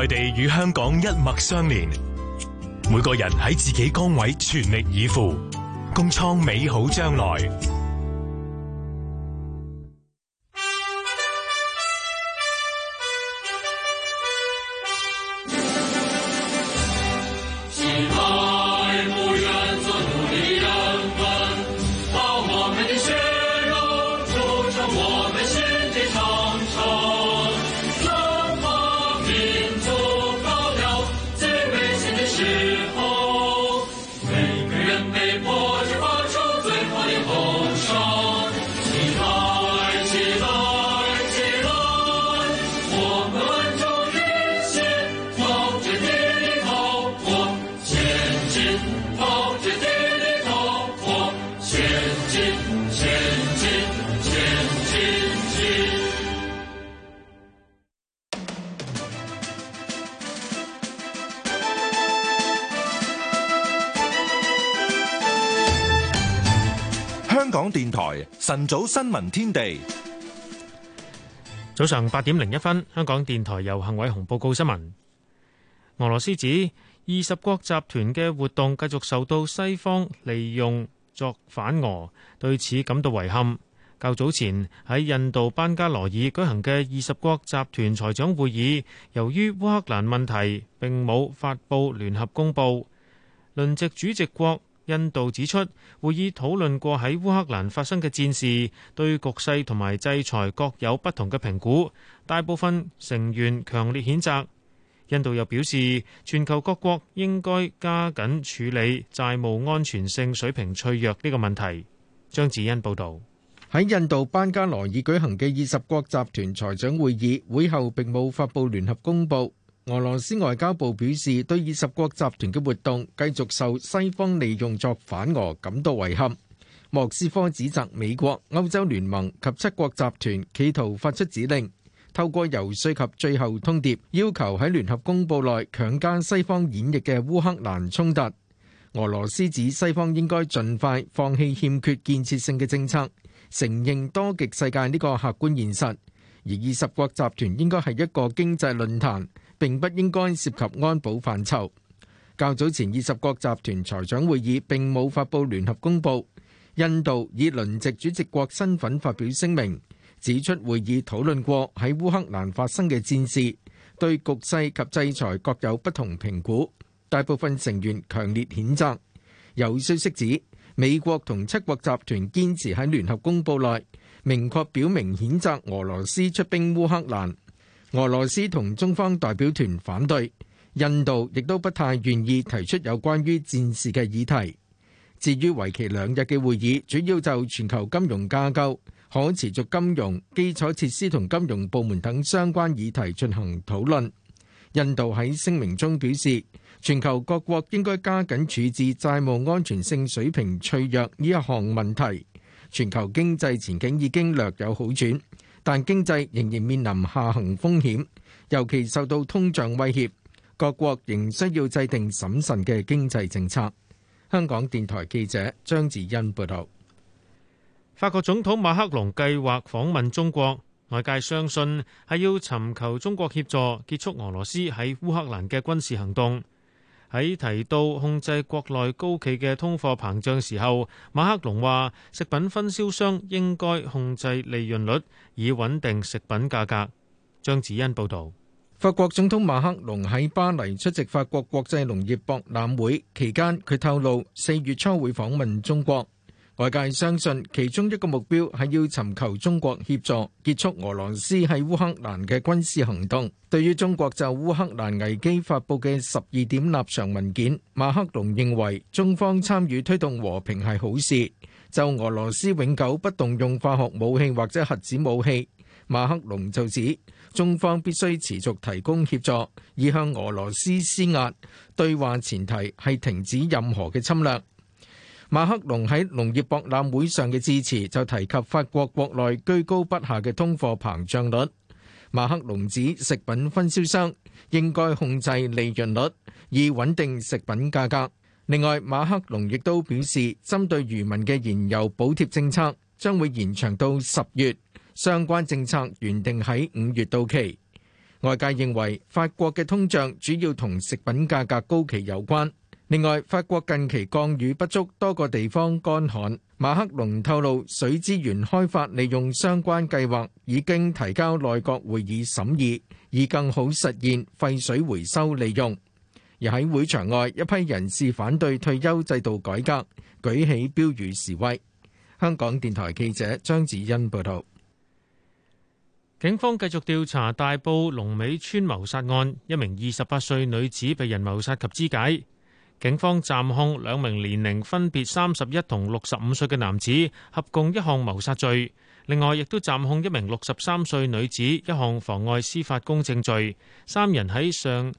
內地與香港一脈相連，每個人喺自己崗位全力以赴，共創美好將來。 香港電台晨早新聞天地， 早上8點01分，香港電台由幸偉雄報告新聞。俄羅斯指20國集團嘅活動繼續受到西方利用作反俄，對此感到遺憾。較早前喺印度班加羅爾舉行嘅20國集團財長會議，由於烏克蘭問題並冇發布聯合公報。輪值主席國印度指出，會議討論過喺烏克蘭發生嘅戰事，對局勢同埋制裁各有不同嘅評估，大部分成員強烈譴責。印度又表示，全球各國應該加緊處理債務安全性水平脆弱呢個問題。張子欣報導。 喺印度班加羅爾舉行嘅20國集團財長會議，會後並冇發布聯合公報。俄羅斯外交部表示，對20國集團嘅活動繼續受西方利用作反俄感到遺憾。莫斯科指責美國、歐洲聯盟及7國集團企圖發出指令，透過遊說及最後通牒，要求喺聯合公報內強加西方演繹嘅烏克蘭衝突。俄羅斯指西方應該盡快放棄欠缺建設性嘅政策，承認多極世界呢個客觀現實，而20國集團應該係一個經濟論壇，並不應該涉及安保範疇。較早前20國集團財長會議並冇發布聯合公報，印度以輪值主席國身份發表聲明，指出會議討論過喺烏克蘭發生嘅戰事，對局勢及制裁各有不同評估，大部分成員強烈譴責。有消息指，美國同7國集團堅持喺聯合公報內明確表明譴責俄羅斯出兵烏克蘭。俄羅斯同中方代表團反對，印度亦都不太願意提出有關於戰事嘅議題。至於為期2日嘅會議，主要就全球金融架構、可持續金融、基礎設施同金融部門等相關議題進行討論。印度喺聲明中表示，全球各國應該加緊處置債務安全性水平脆弱呢一項問題。全球經濟前景已經略有好轉，但經濟仍然面臨下行風險，尤其受到通脹威脅。各國仍需要制定審慎嘅經濟政策。香港電台記者張子欣報道。 法國總統馬克龍計劃訪問中國，外界相信係要尋求中國協助結束俄羅斯喺烏克蘭嘅軍事行動。喺提到控制國內高企嘅通貨膨脹時候，馬克龍話食品分銷商應該控制利潤率，以穩定食品價格。張子欣報導。 法國總統馬克龍喺巴黎出席法國國際農業博覽會期間，佢透露4月初會訪問中國。外界相信其中一個目標係要尋求中國協助結束俄羅斯喺烏克蘭嘅軍事行動。對於中國就烏克蘭危機發布嘅12點立場文件，馬克龍認為中方參與推動和平係好事。就俄羅斯永久不動用化學武器或者核子武器，馬克龍就指中方必須持續提供協助，以向俄羅斯施壓。對話前提係停止任何嘅侵略。馬克龍喺農業博覽會上嘅致辭就提及法國國內居高不下嘅通貨膨脹率。馬克龍指食品分銷商應該控制利潤率，以穩定食品價格。另外，馬克龍亦都表示，針對漁民嘅燃油補貼政策將會延長到10月，相關政策原定喺5月到期。 外界認為法國嘅通脹主要同食品價格高企有關。另外，法國近期降雨不足，多個地方乾旱。馬克龍透露，水資源開發利用相關計劃已經提交內閣會議審議，以更好實現廢水回收利用。而喺會場外，一批人士反對退休制度改革，舉起標語示威。香港電台記者張子欣報道。 警方繼續調查大埔龍尾村謀殺案，一名28歲女子被人謀殺及肢解。警方暫控兩名年齡分別31同65歲嘅男子，合共一項謀殺罪。另外，亦都暫控一名63歲女子一項妨礙司法公正罪。三人喺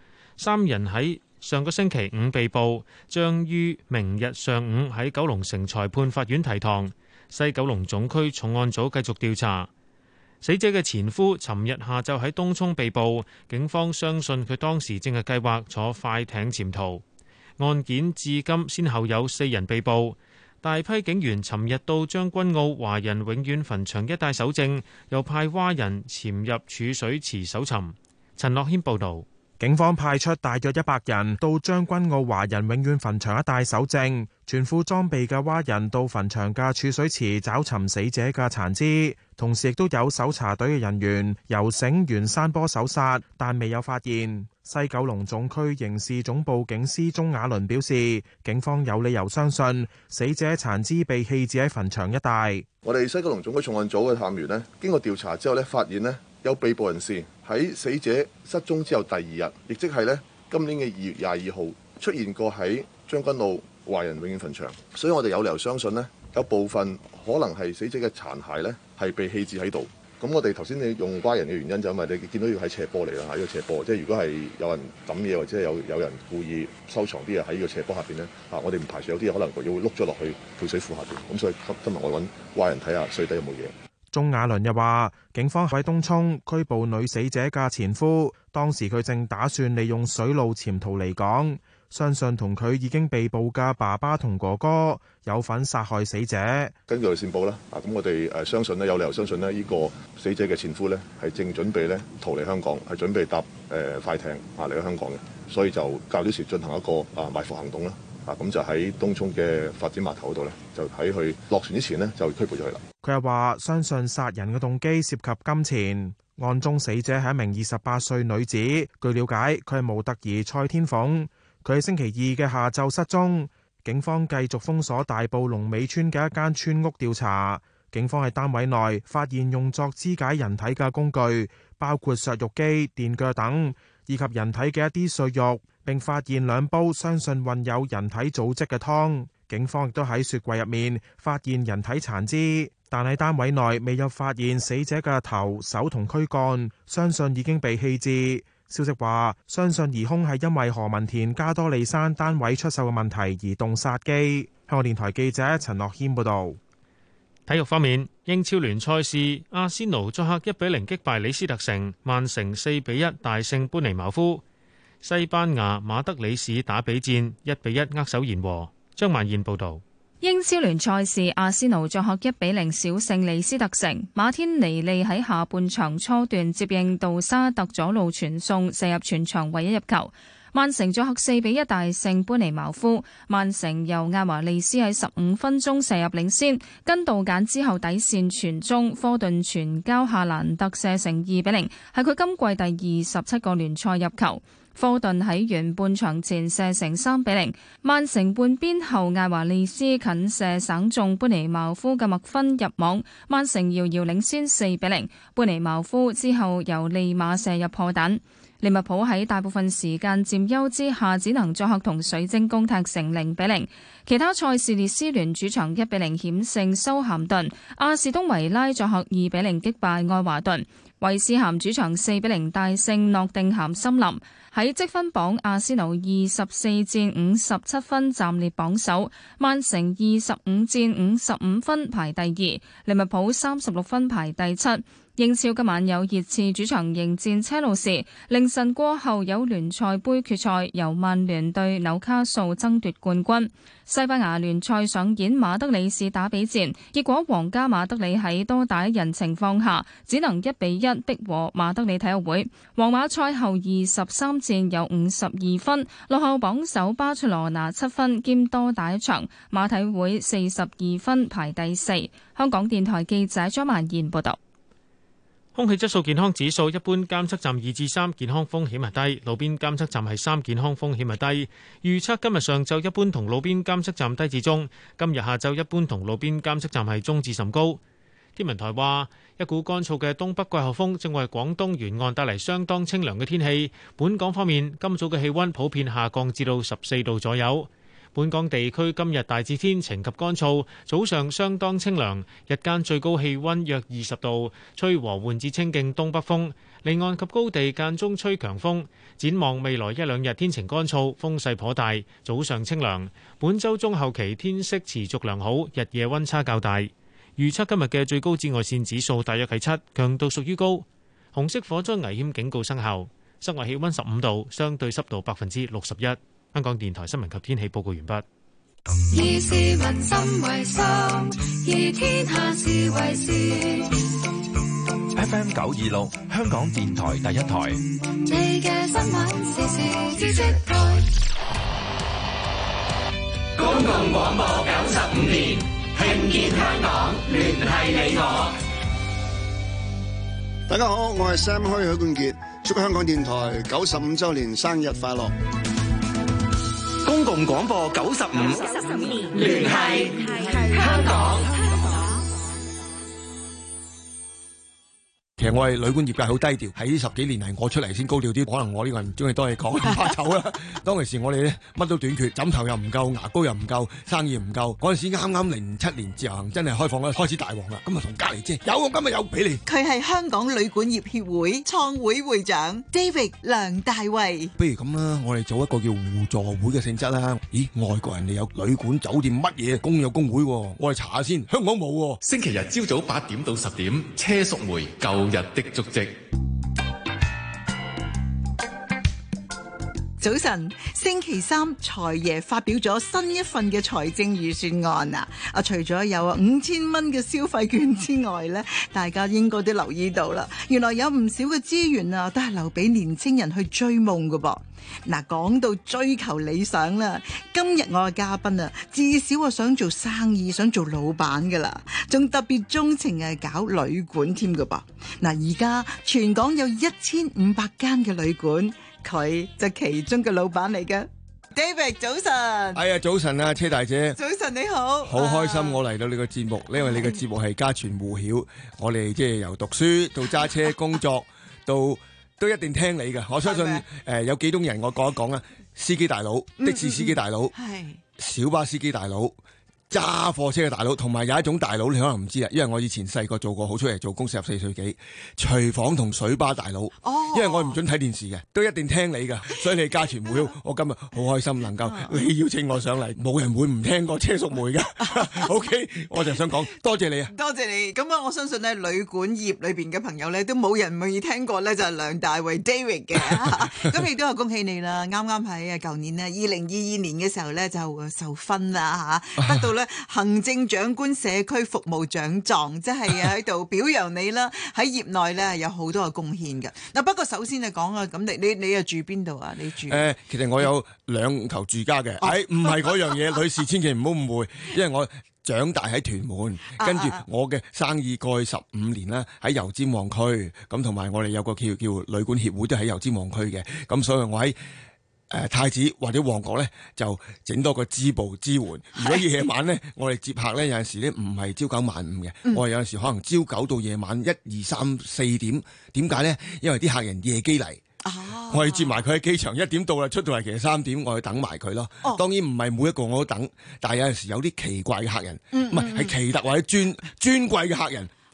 上個星期五被捕，將於明日上午喺九龍城裁判法院提堂。西九龍總區重案組繼續調查。死者嘅前夫尋日下晝喺東涌被捕，警方相信佢當時正係計劃坐快艇潛逃。案件至今先後有4人被捕，大批警員尋日到將軍澳華人永遠墳場一帶搜證，又派蛙人潛入儲水池搜尋。陳樂軒報導。 警方派出大約100人到將軍澳華人永遠墳場一帶搜證，全副裝備嘅蛙人到墳場嘅儲水池找尋死者嘅殘肢，同時亦都有搜查隊嘅人員游繩沿山坡搜殺，但未有發現。西九龍總區刑事總部警司鍾雅倫表示，警方有理由相信死者殘肢被棄置喺墳場一帶。 我哋西九龍總區重案組嘅探員呢，經過調查之後呢，發現呢有被捕人士喺死者失蹤之後第2日，亦即係呢今年嘅2月22號出現過喺將軍澳華人永遠墳場，所以我哋有理由相信呢，有部分可能係死者嘅殘骸呢係被棄置喺度。咁我哋頭先你用蛙人嘅原因就因為你見到要喺斜坡嚟啦，喺呢個斜坡，即係如果係有人抌嘢或者係有人故意收藏啲嘢喺呢個斜坡下邊呢，我哋唔排除有啲嘢可能會碌咗落去配水庫下邊。咁所以今日我揾蛙人睇下水底有冇嘢。 鍾雅倫又話，警方喺東涌拘捕女死者嘅前夫，當時佢正打算利用水路潛逃離港，相信同佢已經被捕嘅爸爸同哥哥有份殺害死者。 根據線報啦，咁我哋相信咧，有理由相信咧，呢個死者嘅前夫咧係正準備咧逃離香港，係準備搭快艇嚟到香港嘅，所以就較早時進行一個埋伏行動啦。咁就喺東涌嘅發展碼頭嗰度咧，就喺佢落船之前呢，就拘捕咗佢啦。 佢又話相信殺人嘅動機涉及金錢。案中死者係一名28歲女子，據了解佢係模特兒蔡天鳳，佢喺星期2嘅下晝失蹤。警方繼續封鎖大埔龍尾村嘅一間村屋調查。警方喺單位內發現用作肢解人體嘅工具，包括削肉機、電鋸等，以及人體嘅一啲碎肉，並發現2煲相信混有人體組織嘅湯。警方亦都喺雪櫃入面發現人體殘肢，但喺單位內未有發現死者嘅頭、手同軀幹，相信已經被棄置。消息話，相信疑兇係因為何文田加多利山單位出售嘅問題而動殺機。香港電台記者陳樂軒報導。 體育方面，英超聯賽事，阿仙奴作客1-0擊敗李斯特城，曼城4-1大勝般尼茅夫。西班牙馬德里市打比戰1-1握手言和。張曼燕報導。 英超聯賽事，阿仙奴作客1-0小勝李斯特城。馬天尼利喺下半場初段接應杜沙特左路傳送，射入全場唯一入球。曼城作客4-1大勝般尼茅夫。曼城由艾華利斯喺15分鐘射入領先，跟道簡之後底線傳中，科頓傳交夏蘭特射成2-0，係佢今季第27個聯賽入球。科頓喺完半場前射成3-0，曼城換邊後艾華利斯近射省中般尼茅夫嘅麥芬入網，曼城遙遙領先4-0。般尼茅夫之後由利馬射入破蛋。利物浦喺大部分時間佔優之下，只能作客同水晶宮踢成0-0。其他賽事，列斯聯主場1-0險勝修咸頓，阿士東維拉作客2-0擊敗愛華頓，韋斯咸主場4-0大勝諾定咸森林。 喺積分榜，阿仙奴24戰57分暫列榜首，曼城25戰55分排第二，利物浦36分排第七。英超今晚有熱刺主場迎戰車路士，凌晨過後有聯賽盃決賽，由曼聯對紐卡素爭奪冠軍。西班牙聯賽上演馬德里士打比戰，結果皇家馬德里喺多打一人情況下，只能1-1逼和馬德里體育會。皇馬賽後23戰有52分，落後榜首巴塞羅那7分，兼多打一場。馬體會42分排第四。香港電台記者張曼燕報道。 空氣質素健康指數，一般監測站2至3，健康風險係低；路邊監測站係3，健康風險係低。預測今日上晝一般同路邊監測站低至中，今日下晝一般同路邊監測站係中至甚高。天文台話，一股乾燥嘅東北季候風正為廣東沿岸帶嚟相當清涼嘅天氣。本港方面，今早嘅氣溫普遍下降至到14度左右。本港地區今日大致天晴及乾燥，早上相當清涼，日間最高氣溫約20度，吹和緩至清勁東北風，離岸及高地間中吹強風。展望未來一兩日天晴乾燥，風勢頗大，早上清涼。本週中後期天色持續良好，日夜溫差較大。預測今日嘅最高紫外線指數大約係7，強度屬於高。紅色火災危險警告生效，室外氣溫15度，相對濕度61%。香港電台新聞及天氣報告完畢。 以市民心為心，以天下事為事。 FM 926，香港電台第一台。 你嘅新聞時事知識台。 公共廣播95年，聽見香港，聯繫你我。 大家好，我係 Sam 許冠傑，祝香港電台95週年生日快樂。 公共廣播95年，聯繫香港。 其實我係旅館業界好低調，喺呢10幾年嚟我出嚟先高調啲，可能我呢個人中意多嘢講，唔怕醜啦。當其時我哋咧乜都短缺，枕頭又唔夠，牙膏又唔夠，生意唔夠。嗰陣時啱啱07年自由行真係開放啦，開始大旺啦。咁啊同隔離姐有，我今日有俾你。 佢係香港旅館業協會創會會長 David 梁大衛。 不如咁啦，我哋做一個叫互助會嘅性質啦。咦，外國人哋有旅館、酒店乜嘢，公有公會，我哋查下先。香港冇。 星期日朝早8點到10點，車淑梅舊日的足跡。 早晨，星期三財爺發表咗新一份嘅財政預算案啊！除咗有5000蚊嘅消費券之外呢，大家應該都留意到啦。原來有唔少嘅資源啊，都係留俾年青人去追夢㗎噃。嗱，講到追求理想啦，今日我嘅嘉賓啊，至少我想做生意，想做老闆噶啦，仲特別鍾情係搞旅館添㗎噃。嗱，而家全港有1500間嘅旅館。佢就其中嘅老闆嚟嘅。 David 早晨。 哎呀，早晨啊，車大姐。 早晨你好。 好開心我嚟到你個節目，因為你個節目係家傳戶曉，我哋即係由讀書到揸車工作到都一定聽你嘅。我相信有幾種人我講一講啦，司機大佬、的士司機大佬、小巴司機大佬、揸貨車嘅大佬，同埋有一種大佬你可能唔知啦，因為我以前細個做過，好出嚟做工，44歲幾，廚房同水吧大佬。因為我唔准睇電視嘅，都一定聽你噶，所以你家傳戶曉。我今日好開心能夠你邀請我上嚟，冇人會唔聽過車淑梅噶。OK， 我就想講多謝你啊， 多謝你。咁啊，我相信咧旅館業裏邊嘅朋友咧，都冇人未聽過咧，就係梁大衛 David 嘅。咁亦都係恭喜你啦，啱啱喺舊年咧2022年嘅時候咧就受勳啦嚇，得到行政長官社區服務獎狀，即係喺度表揚你啦。喺業內咧有好多嘅貢獻嘅。嗱，不過首先就講啊，咁你又住邊度啊？你住其實我有2頭住家嘅，唔係嗰樣嘢，女士千祈唔好誤會，因為我長大喺屯門，跟住我嘅生意過去15年啦，喺油尖旺區，咁同埋我哋有個叫旅館協會都喺油尖旺區嘅，咁所以我喺太子或者旺角咧就整多個支部支援。如果夜晚咧，我哋接客咧有陣時咧唔係朝9晚5嘅，我哋有陣時可能朝9到夜晚1、2、3、4點。點解咧？因為啲客人夜機嚟，我哋接埋佢喺機場1點到啦，出到嚟其實3點，我去等埋佢咯。當然唔係每一個我都等，但係有陣時有啲奇怪嘅客人，唔係奇特或者尊貴嘅客人。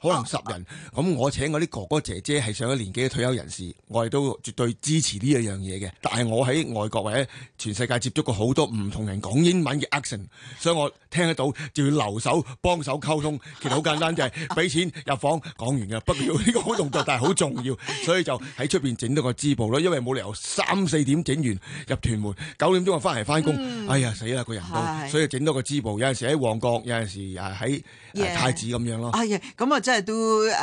可能10人。咁我請我啲哥哥姐姐係上咗年紀嘅退休人士，我哋都絕對支持呢一樣嘢嘅。但係我喺外國或者全世界接觸過好多唔同人講英文嘅 accent， 所以我聽得到就要留手幫手溝通。其實好簡單，就係俾錢入房講完嘅。不過呢個好動作，但係好重要，所以就喺出邊整到個支部咯。因為冇理由3、4點整完入屯門，9點鐘就翻嚟翻工。哎呀死啦個人都，所以整到個支部。有陣時喺旺角，有陣時喺太子咁樣咯。 咁啊真係都